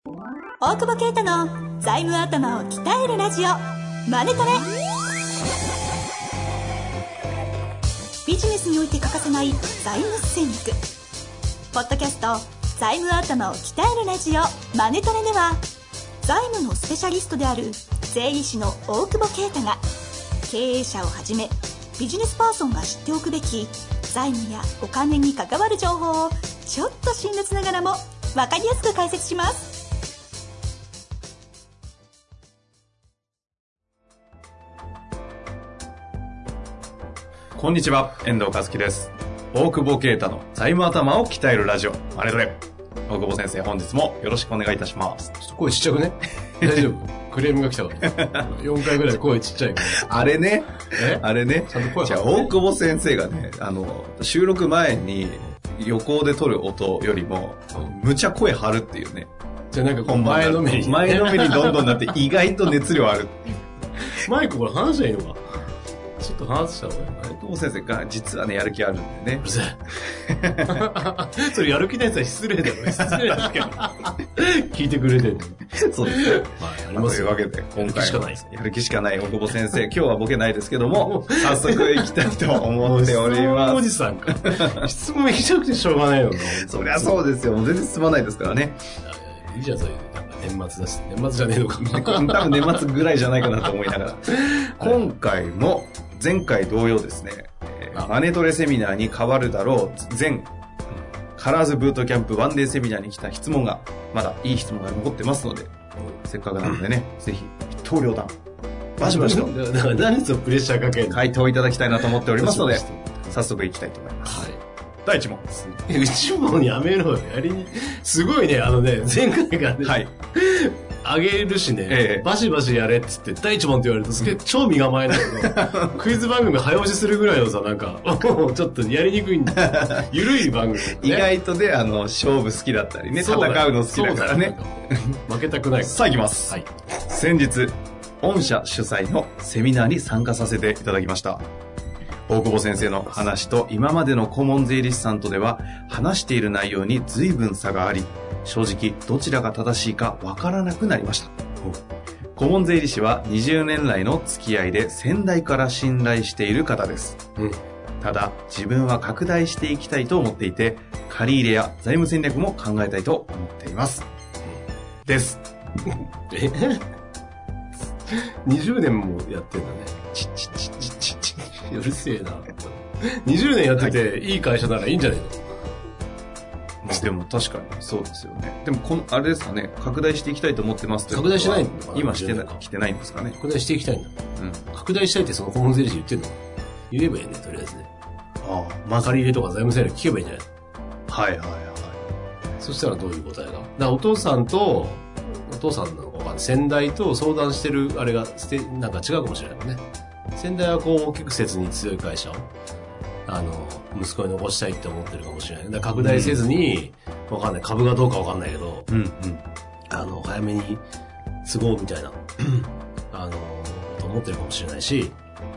大久保啓太の財務頭を鍛えるラジオマネトレ。ビジネスにおいて欠かせない財務戦略。ポッドキャスト財務頭を鍛えるラジオマネトレでは、財務のスペシャリストである税理士の大久保啓太が、経営者をはじめビジネスパーソンが知っておくべき財務やお金に関わる情報をちょっと辛辣ながらも分かりやすく解説します。 こんにちは、遠藤和樹です。大久保啓太の財務頭を鍛えるラジオマネトレ。大久保先生、本日もよろしくお願いいたします。 ちょっと声ちっちゃくね。大丈夫？クレームが来たから4回ぐらい声ちっちゃいから。 あれね、 ちゃんと声じゃあ大久保先生がね、収録前に横で撮る音よりもむちゃ声張るっていうね。 じゃあなんかこう前のめりにどんどんなって意外と熱量ある。 マイクこれ話しゃいいのか。ちょっと話した方がいいのか。 大久保先生が実はね、やる気あるんでね。 うるせえ。それやる気ないやつは失礼だよね。失礼だけど。聞いてくれてる。 そうですね。 はい、ありますよ。 というわけで、今回やる気しかない。 大久保先生、今日はボケないですけども、早速行きたいと思っております。 おじさんか。質問行きたくてしょうがないよね。 そりゃそうですよ。もう全然進まないですからね。 いいじゃん、そういう。年末だし、年末じゃねえのか。 多分年末ぐらいじゃないかなと思いながら。今回も、前回同様ですね、マネトレセミナーに変わるだろう前カラーズブートキャンプワンデーセミナーに来た質問が、まだいい質問が残ってますので、せっかくなのでね、ぜひ一刀両断バシバシとだから何とプレッシャーかけるの回答いただきたいなと思っておりますので、早速いきたいと思います。 はい。 第1問。 1問やめろよ。すごいね、前回がね、 はい。 あげるしね、バシバシやれっつって第1問って言われるとすげえ超身構えないけど、クイズ番組早押しするぐらいのさ、なんか、もうちょっとやりにくいんだ。ゆるい番組、ね。 意外とで、勝負好きだったりね、戦うの好きだからね。 負けたくない。 さあ行きます。 はい。 先日、御社主催のセミナーに参加させていただきました。大久保先生の話と今までの顧問税理士さんとでは話している内容に随分差があり、正直どちらが正しいかわからなくなりました。顧問税理士は20年来の付き合いで先代から信頼している方です。ただ自分は拡大していきたいと思っていて、借り入れや財務戦略も考えたいと思っています。です。 20年もやってんだね。うるせえな。20年やってて、いい会社ならいいんじゃないの？ でも確かにそうですよね。でもあれですかね、拡大していきたいと思ってますって。 拡大してないの？ 今してないんですかね。 拡大していきたいんだ。拡大したいってその顧問税理士言ってんの？言えばいいね、とりあえずね。借り入れとか財務戦略聞けばいいんじゃない？ はいはいはい。 そしたらどういう答えだ？だからお父さんなのかわかんない。先代と相談してるあれがなんか違うかもしれないもんね。先代はこう大きく説に強い会社を息子に残したいって思ってるかもしれない。だから拡大せずに、わかんない。株がどうかわかんないけど、早めに都合みたいな、と思ってるかもしれないし、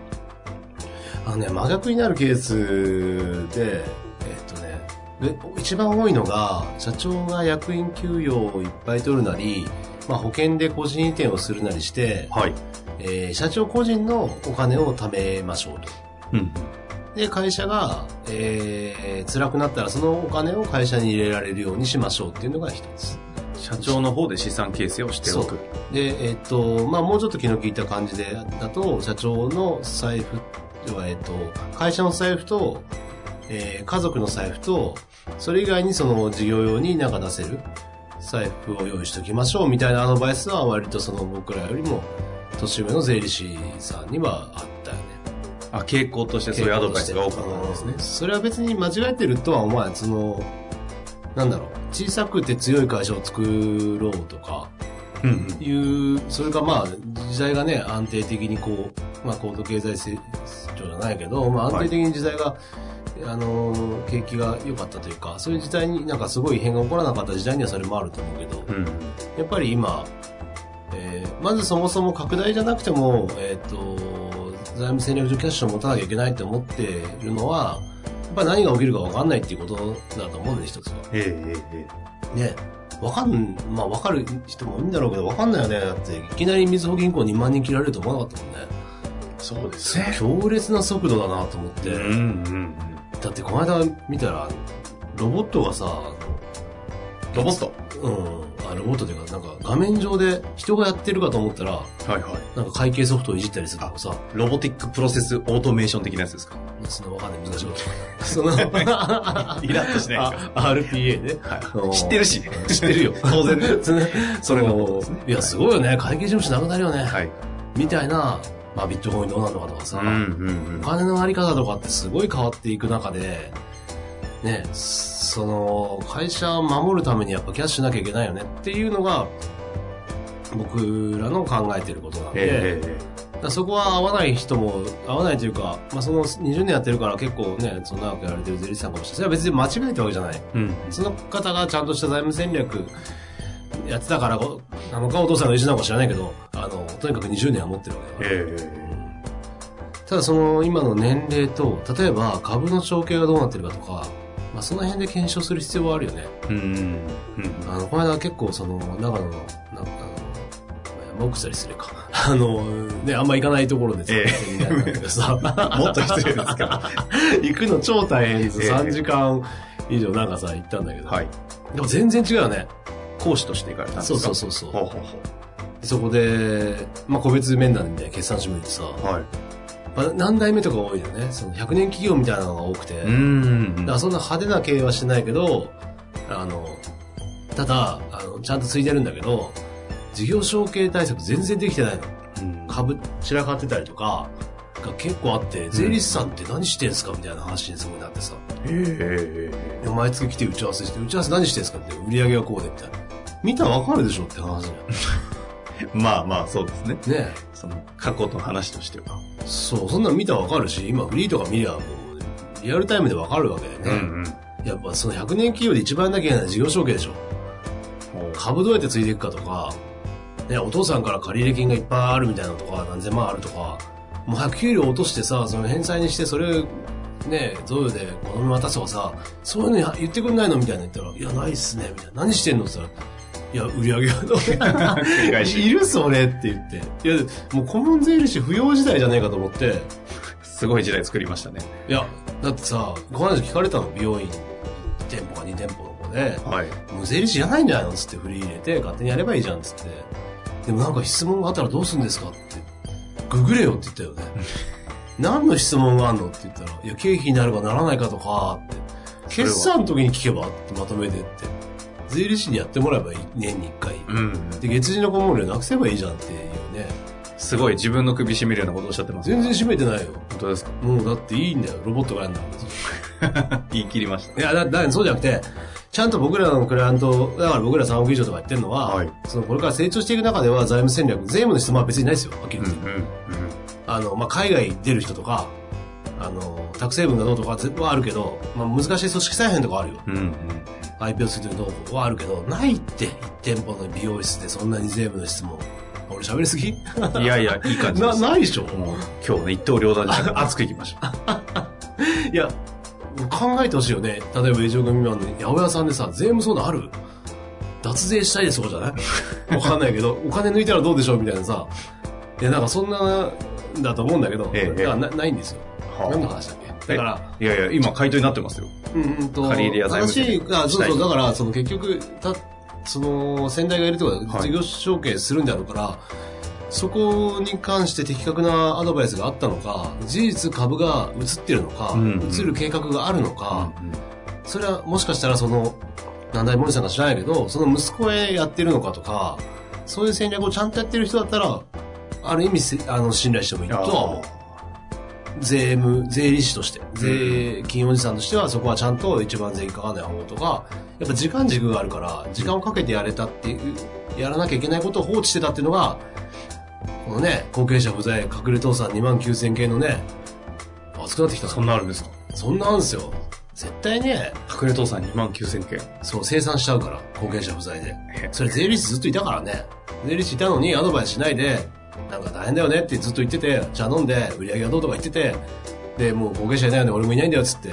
真逆になるケースで、一番多いのが、社長が役員給与をいっぱい取るなり、保険で個人移転をするなりして、 はい。 社長個人のお金を貯めましょうと。で、会社が、辛くなったらそのお金を会社に入れられるようにしましょうっていうのが一つ。 社長の方で資産形成をしておく。 で、もうちょっと気の利いた感じだと、社長の財布、会社の財布と、家族の財布と、それ以外にその事業用になんか出せる財布を用意しておきましょうみたいなアドバイスは割とその僕らよりも年上の税理士さんにはあったよね。 傾向としてそういうアドバイスが多かったんですね。 それは別に間違えてるとは思わない。小さくて強い会社を作ろうとか、それか時代がね、安定的に高度経済成長じゃないけど、安定的に時代が、景気が良かったというか、そういう時代になんかすごい異変が起こらなかった時代にはそれもあると思うけど、やっぱり今、まずそもそも拡大じゃなくても、財務戦略上キャッシュを持たなきゃいけないって思っているのは、やっぱり何が起きるか分かんないっていうことだと思うんで、一つは。 ね、わかる人もいいんだろうけど、わかんないよね。だって、いきなりみずほ銀行2万人切られると思わなかったもんね。 そうですね。 強烈な速度だなと思って。だってこの間見たら、ロボットがさ、 ロボットロボットというか、なんか画面上で人がやってるかと思ったら、 はいはい。 なんか会計ソフトをいじったりするとかさ。 ロボティックプロセスオートメーション的なやつですか？ そのわかんない難しいこと。その、 イラッとしないですか？ RPA ね。 はい。知ってるし。 知ってるよ。 当然ね。 それも、いや、すごいよね。会計事務所なくなるよね。 はい。 みたいな、まあビットコインどうなるのかとかさ、お金のあり方とかってすごい変わっていく中で、ね、その、会社を守るためにやっぱキャッシュなきゃいけないよねっていうのが、僕らの考えていることなんで、だそこは合わない人も、合わないというか、まあその20年やってるから結構ね、その長くやられてる税理士さんかもしれない。それは別に間違えたわけじゃない。その方がちゃんとした財務戦略やってたからなのか、お父さんの意思なのか知らないけど、とにかく20年は持ってるわけだから。ただその今の年齢と、例えば株の承継がどうなってるかとか、まあその辺で検証する必要はあるよね。この間結構その、長野の、山奥したりするか。ね、あんま行かないところでみたいなんだけどさ。 もっと失礼ですか。 行くの超大変です。3時間以上なんかさ、行ったんだけど。はい。でも全然違うよね。 講師として行かれたんですか？ そう。そこで、まあ個別面談で決算書見てさ、はい。まあ、何代目とか多いよね。その100年企業みたいなのが多くて。だからそんな派手な経営はしてないけど、ただ、ちゃんとついてるんだけど、事業承継対策全然できてないの。株散らかってたりとかが結構あって、税理士さんって何してんすかみたいな話にすごいなってさ。毎月来て打ち合わせして、打ち合わせ何してんすかって、売り上げはこうでみたいな。見たらわかるでしょって話じゃん。まあまあ、そうですね。 ね、 その過去の話としては。 そう、そんなの見たらわかるし、今フリーとか見りゃもうリアルタイムでわかるわけでね。やっぱその100年企業で一番だけやない事業承継でしょ。株どうやってついていくかとか、ね、お父さんから借入金がいっぱいあるみたいなのとか、何千万あるとか、もう早く給料落としてさ、その返済にしてそれね、贈与で子供に渡すとかさ、そういうの言ってくんないのみたいな言ったら、いや、ないっすね、みたいな。何してんのって言ったら、いや、売り上げはどういるそれって言って。いや、もう顧問税理士不要時代じゃねえかと思って。 すごい時代作りましたね。 いや、だってさ、この話聞かれたの、美容院1店舗か2店舗の子で、はい、もう税理士いらないんじゃないのつって振り入れて、勝手にやればいいじゃんつって。でもなんか質問があったらどうするんですかって、ググれよって言ったよね。何の質問があんのって言ったら、いや、経費になるかならないかとかって、決算の時に聞けばってまとめてって。税理士にやってもらえばいい、年に1回。で、月次の顧問料なくせばいいじゃんっていうね。 すごい自分の首絞めるようなことをおっしゃってます。 全然絞めてないよ。 本当ですか？ もうだっていいんだよ。ロボットがやるんだから。言い切りました。 いや、そうじゃなくて、ちゃんと僕らのクライアント、だから僕ら3億以上とか言ってるのは、はい、そのこれから成長していく中では財務戦略、税務の質問は別にないですよ。はっきり言って。まあ、海外出る人とか、タク成分がどうとかはあるけど、まあ、難しい組織再編とかあるよ。IPO するのどうはあるけど、ないって、1店舗の美容室でそんなに税務の質問。俺喋りすぎ？ いやいや、いい感じです。 ないでしょ？ もう今日ね、一刀両断じゃなくて熱くいきましょう。いや、考えてほしいよね。例えば、営業組の八百屋さんでさ、税務相談ある？脱税したいですとかじゃないわかんないけど、お金抜いたらどうでしょうみたいなさ。いや、なんかそんな、だと思うんだけど、ないんですよ。何の話だっけ？だから。 いやいや、今回答になってますよ。借り入れや財務話が、そう、だから、その結局、その、先代がいるってことは、事業承継するんであるから、そこに関して的確なアドバイスがあったのか、事実株が移ってるのか、移る計画があるのか、それはもしかしたらその、何代森さんか知らないけど、その息子へやってるのかとか、そういう戦略をちゃんとやってる人だったら、ある意味信頼してもいいとは思う。税理士として、税金おじさんとしてはそこはちゃんと一番税金かかんない方とか、やっぱ時間軸があるから、時間をかけてやれたっていう、やらなきゃいけないことを放置してたっていうのが、このね、後継者不在、隠れ倒産29,000件のね、熱くなってきた。 そんなあるんですか？ そんなあるんですよ。絶対ね、 隠れ倒産29,000件。 そう、生産しちゃうから、後継者不在で。それ税理士ずっといたからね。税理士いたのにアドバイスしないで、なんか大変だよねってずっと言ってて、茶飲んで売り上げがどうとか言ってて、で、もう後継者いないよね、俺もいないんだよっつって、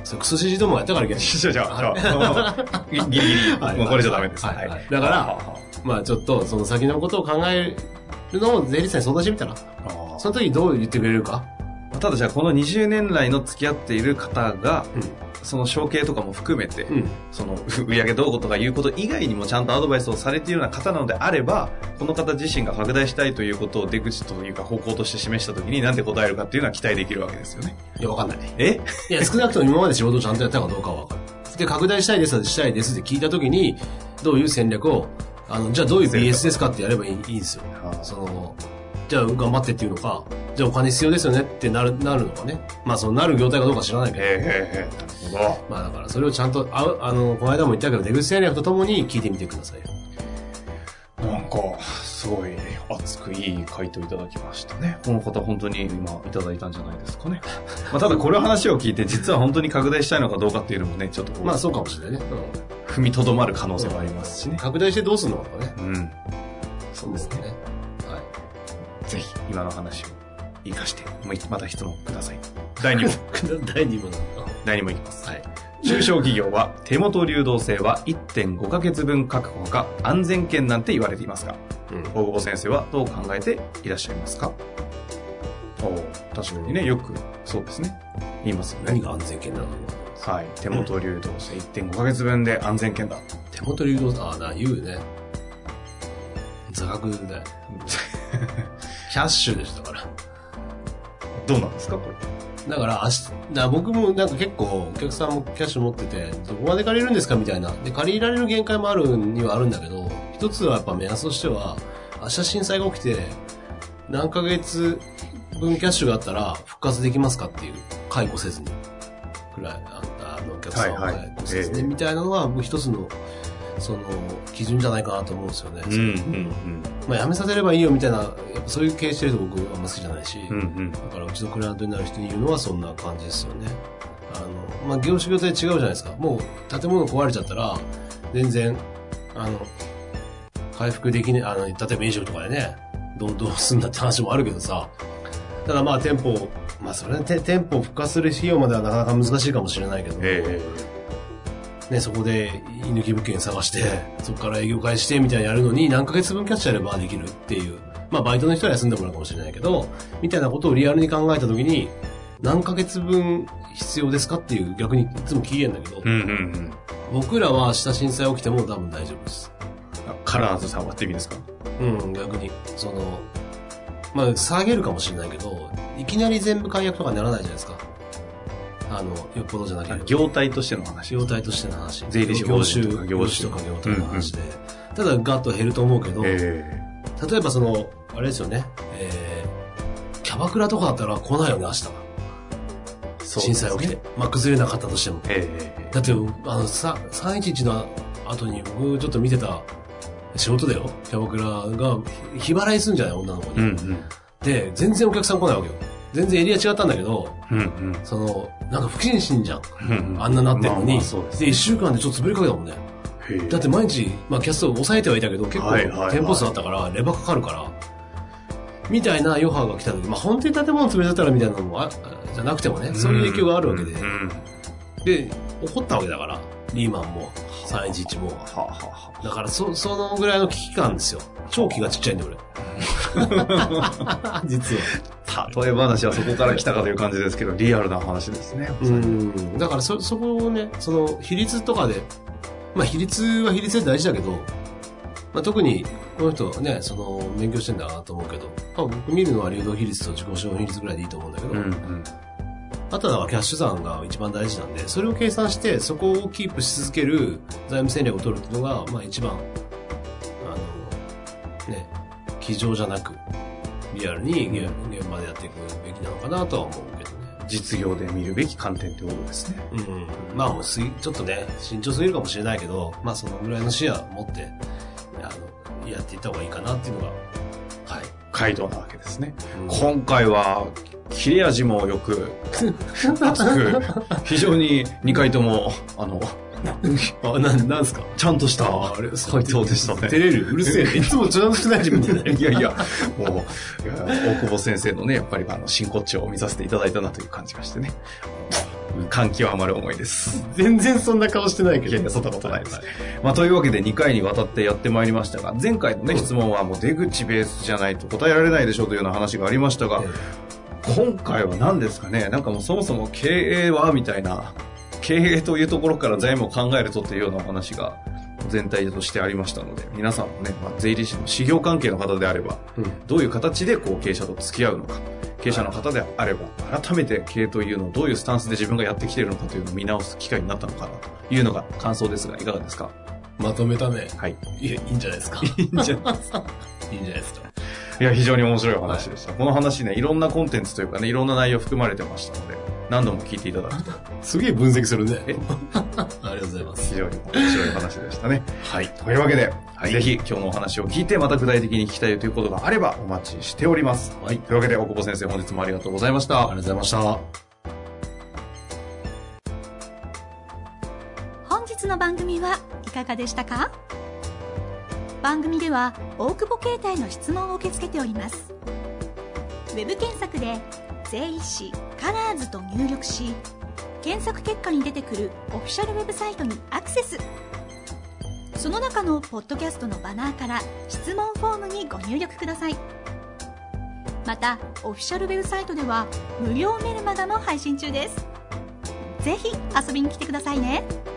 それクソじじどもがやったからいけない。 ギリギリ、もうこれじゃダメです。 だから、まあちょっとその先のことを考えるのを税理士さんに相談してみたら、その時どう言ってくれるか。 ただじゃあこの20年来の付き合っている方が、その承継とかも含めて、その売上どうとかいうこと以外にもちゃんとアドバイスをされているような方なのであれば、この方自身が拡大したいということを出口というか方向として示したときに何で答えるかっていうのは期待できるわけですよね。 いや、わかんない。 いや、少なくとも今まで仕事をちゃんとやったかどうかはわかる。で、拡大したいですって聞いたときに、どういう戦略を、じゃあどういう BS ですかってやればいいんですよ。じゃあ頑張ってっていうのか、じゃあお金必要ですよねってなるのかね。まあそうなる業態かどうか知らないけど。なるほど。まあだからそれをちゃんと、この間も言ったけど、出口戦略とともに聞いてみてください。 なんか、すごい熱くいい回答いただきましたね。この方本当に今いただいたんじゃないですかね。まあただこれ話を聞いて、実は本当に拡大したいのかどうかっていうのもね、ちょっとまあそうかもしれないね。 踏みとどまる可能性もありますしね。 拡大してどうするのかね。 そうですね。はい。ぜひ今の話を生かして、また質問ください。第2問。 第2問なんだ。 第2問いきます。はい。中小企業は手元流動性は 1.5 ヶ月分確保か安全圏なんて言われていますが、大久保先生はどう考えていらっしゃいますか？確かにね、よくそうですね。言いますよね。 何が安全圏なの？ はい。手元流動性 1.5 ヶ月分で安全圏だ。 手元流動性、言うね。座学だよ。キャッシュでしたから。 どうなんですかこれ。 だから僕もなんか結構お客さんもキャッシュ持ってて、どこまで借りるんですかみたいな。で、借りられる限界もあるにはあるんだけど、一つはやっぱ目安としては、明日震災が起きて、何ヶ月分キャッシュがあったら復活できますかっていう、解雇せずに。くらい、お客さんを解雇せずに、みたいなのは一つの、基準じゃないかなと思うんですよね。まあ、辞めさせればいいよみたいな、やっぱそういう経営してると僕はあんま好きじゃないし、だからうちのクライアントになる人に言うのはそんな感じですよね。まあ、業種業態違うじゃないですか。もう建物壊れちゃったら、全然、回復できね、例えば飲食とかでね、どうすんだって話もあるけどさ、ただまあ店舗、まあそれは店舗を復活する費用まではなかなか難しいかもしれないけど、ね、そこで居抜き物件探して、そこから営業開始してみたいなやるのに何ヶ月分キャッシュやればできるっていう。まあバイトの人は休んでもらうかもしれないけど、みたいなことをリアルに考えたときに、何ヶ月分必要ですかっていう逆にいつも聞いてんだけど、僕らは明日震災起きても多分大丈夫です。 カラーズさんはって意味ですか？ 逆に。まあ下げるかもしれないけど、いきなり全部解約とかにならないじゃないですか。よっぽどじゃなければ。 業態としての話。 業態としての話。 税理士業種とか業態の話で。ただガッと減ると思うけど、例えばあれですよね、キャバクラとかだったら来ないよね、明日は。震災起きて。まあ崩れなかったとしても。だって、311の後に僕ちょっと見てた仕事だよ。キャバクラが日払いするんじゃない女の子に。で、全然お客さん来ないわけよ。全然エリア違ったんだけど、なんか不謹慎じゃん。あんななってるのに。で、1週間でちょっと潰れかけたもんね。だって毎日、まあキャストを抑えてはいたけど、結構店舗数あったから、レバかかるから、みたいな余波が来た時、まあ本当に建物潰れちゃったらみたいなのもじゃなくてもね、そういう影響があるわけで。で、起こったわけだから、リーマンも、311も。だからそのぐらいの危機感ですよ。超気がちっちゃいんだ俺。実は。 例え話はそこから来たかという感じですけど、リアルな話ですね。 だからそこをね、比率とかで、まあ比率は比率で大事だけど、まあ特にこの人はね、勉強してんだなと思うけど、まあ僕見るのは流動比率と自己資本比率ぐらいでいいと思うんだけど、あとはキャッシュ算が一番大事なんで、それを計算してそこをキープし続ける財務戦略を取るっていうのが、まあ一番、机上じゃなく、リアルに現場でやっていくべきなのかなとは思うけどね。 実業で見るべき観点ってことですね。 まあもうちょっとね、慎重すぎるかもしれないけど、まあそのぐらいの視野を持って、やっていった方がいいかなっていうのが、 回答なわけですね。今回は、切れ味もよく、熱く、非常に2回とも、 なんすか？ ちゃんとした回答でしたね。 照れる。うるせえ。いつもちゃんとしてない自分でね。 いや、もう、大久保先生のね、やっぱり真骨頂を見させていただいたなという感じがしてね。感極まる思いです。 全然そんな顔してないけど。 いや、そんなことないです。というわけで2回にわたってやってまいりましたが、前回のね、質問はもう出口ベースじゃないと答えられないでしょうというような話がありましたが、今回は何ですかね、なんかもうそもそも経営はみたいな、経営というところから財務を考えるとっていうようなお話が全体としてありましたので、皆さんもね、税理士の事業関係の方であれば、どういう形で経営者と付き合うのか、経営者の方であれば、改めて経営というのをどういうスタンスで自分がやってきているのかというのを見直す機会になったのかなというのが感想ですが、いかがですか？ まとめたね。 はい。 いや、いいんじゃないですか。 いいんじゃないですか。 いいんじゃないですか。 いや、非常に面白いお話でした。この話ね、いろんなコンテンツというかね、いろんな内容含まれてましたので、何度も聞いていただくと。 すげえ分析するね。ありがとうございます。 非常に面白い話でしたね。 はい。 というわけで、ぜひ今日のお話を聞いて、また具体的に聞きたいということがあればお待ちしております。はい。というわけで、大久保先生、本日もありがとうございました。 ありがとうございました。 本日の番組はいかがでしたか？番組では大久保携帯の質問を受け付けております。ウェブ検索で税理士カラーズと入力し、検索結果に出てくるオフィシャルウェブサイトにアクセス。その中のポッドキャストのバナーから質問フォームにご入力ください。またオフィシャルウェブサイトでは無料メルマガも配信中です。ぜひ遊びに来てくださいね。